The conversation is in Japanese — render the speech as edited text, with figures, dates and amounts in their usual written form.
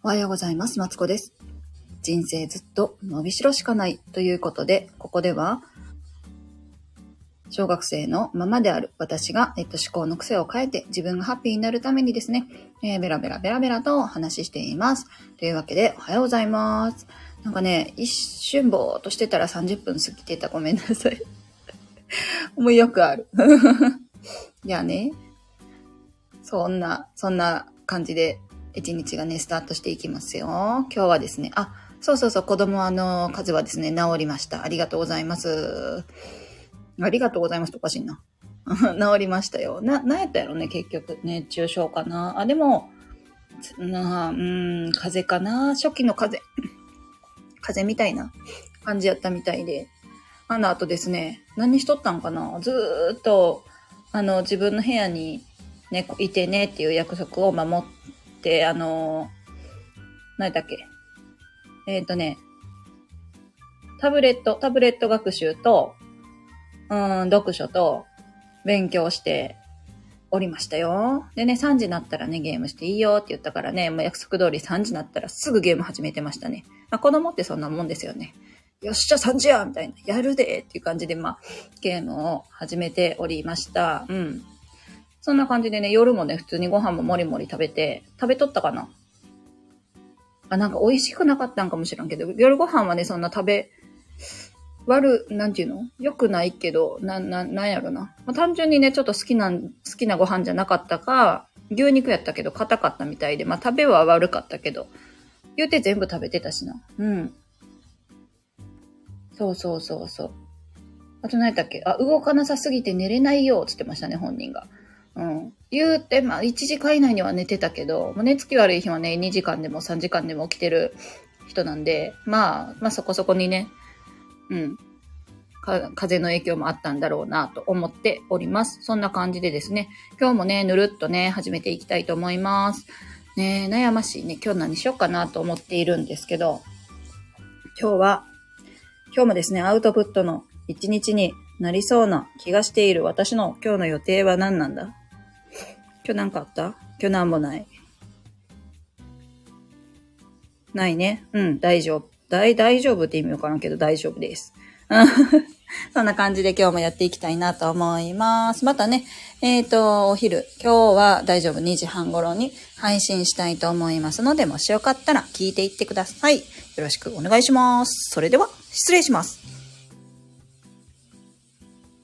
おはようございます。マツコです。人生ずっと伸びしろしかないということで、ここでは小学生のままである私が、思考の癖を変えて自分がハッピーになるためにですね、ベラベラとお話ししています。というわけで、おはようございます。なんかね、一瞬ぼーっとしてたら30分過ぎてた。ごめんなさい。もうよくある。じゃあね、そんな感じで一日がね、スタートしていきますよ。今日はですね、そう、子供風邪はですね、治りました。ありがとうございます。ありがとうございますとおかしいな。治りましたよ。なんやったやろね、結局。熱中症かな。でも、風邪かな。初期の風邪みたいな感じやったみたいで。あとですね、何しとったんかな。ずーっと、自分の部屋にね、いてねっていう約束を守って、何だっけ。タブレット学習と、読書と勉強しておりましたよ。でね、3時になったらね、ゲームしていいよって言ったからね、もう約束通り3時になったらすぐゲーム始めてましたね。子供ってそんなもんですよね。よっしゃ、3時やみたいな。やるでっていう感じで、ゲームを始めておりました。そんな感じでね、夜もね、普通にご飯ももりもり食べとったかな。なんか美味しくなかったんかもしれんけど、夜ご飯はね、そんななんていうの？良くないけど、なんやろな。単純にね、ちょっと好きなご飯じゃなかったか、牛肉やったけど硬かったみたいで、食べは悪かったけど、言うて全部食べてたしな。そう。あと何やったっけ？動かなさすぎて寝れないよ、つってましたね、本人が。言うて、1時間以内には寝てたけど、寝つき悪い日はね、2時間でも3時間でも起きてる人なんで、そこそこにね、風の影響もあったんだろうなと思っております。そんな感じでですね、今日もね、ぬるっとね、始めていきたいと思います。ね、悩ましいね、今日何しようかなと思っているんですけど、今日もですね、アウトプットの一日になりそうな気がしている私の今日の予定は何なんだ？今日何かあった？今日何もない。ないね。大丈夫。大丈夫って意味わからんけど大丈夫です。そんな感じで今日もやっていきたいなと思います。またね、お昼、今日は大丈夫2時半頃に配信したいと思いますので、もしよかったら聞いていってください。よろしくお願いします。それでは、失礼します。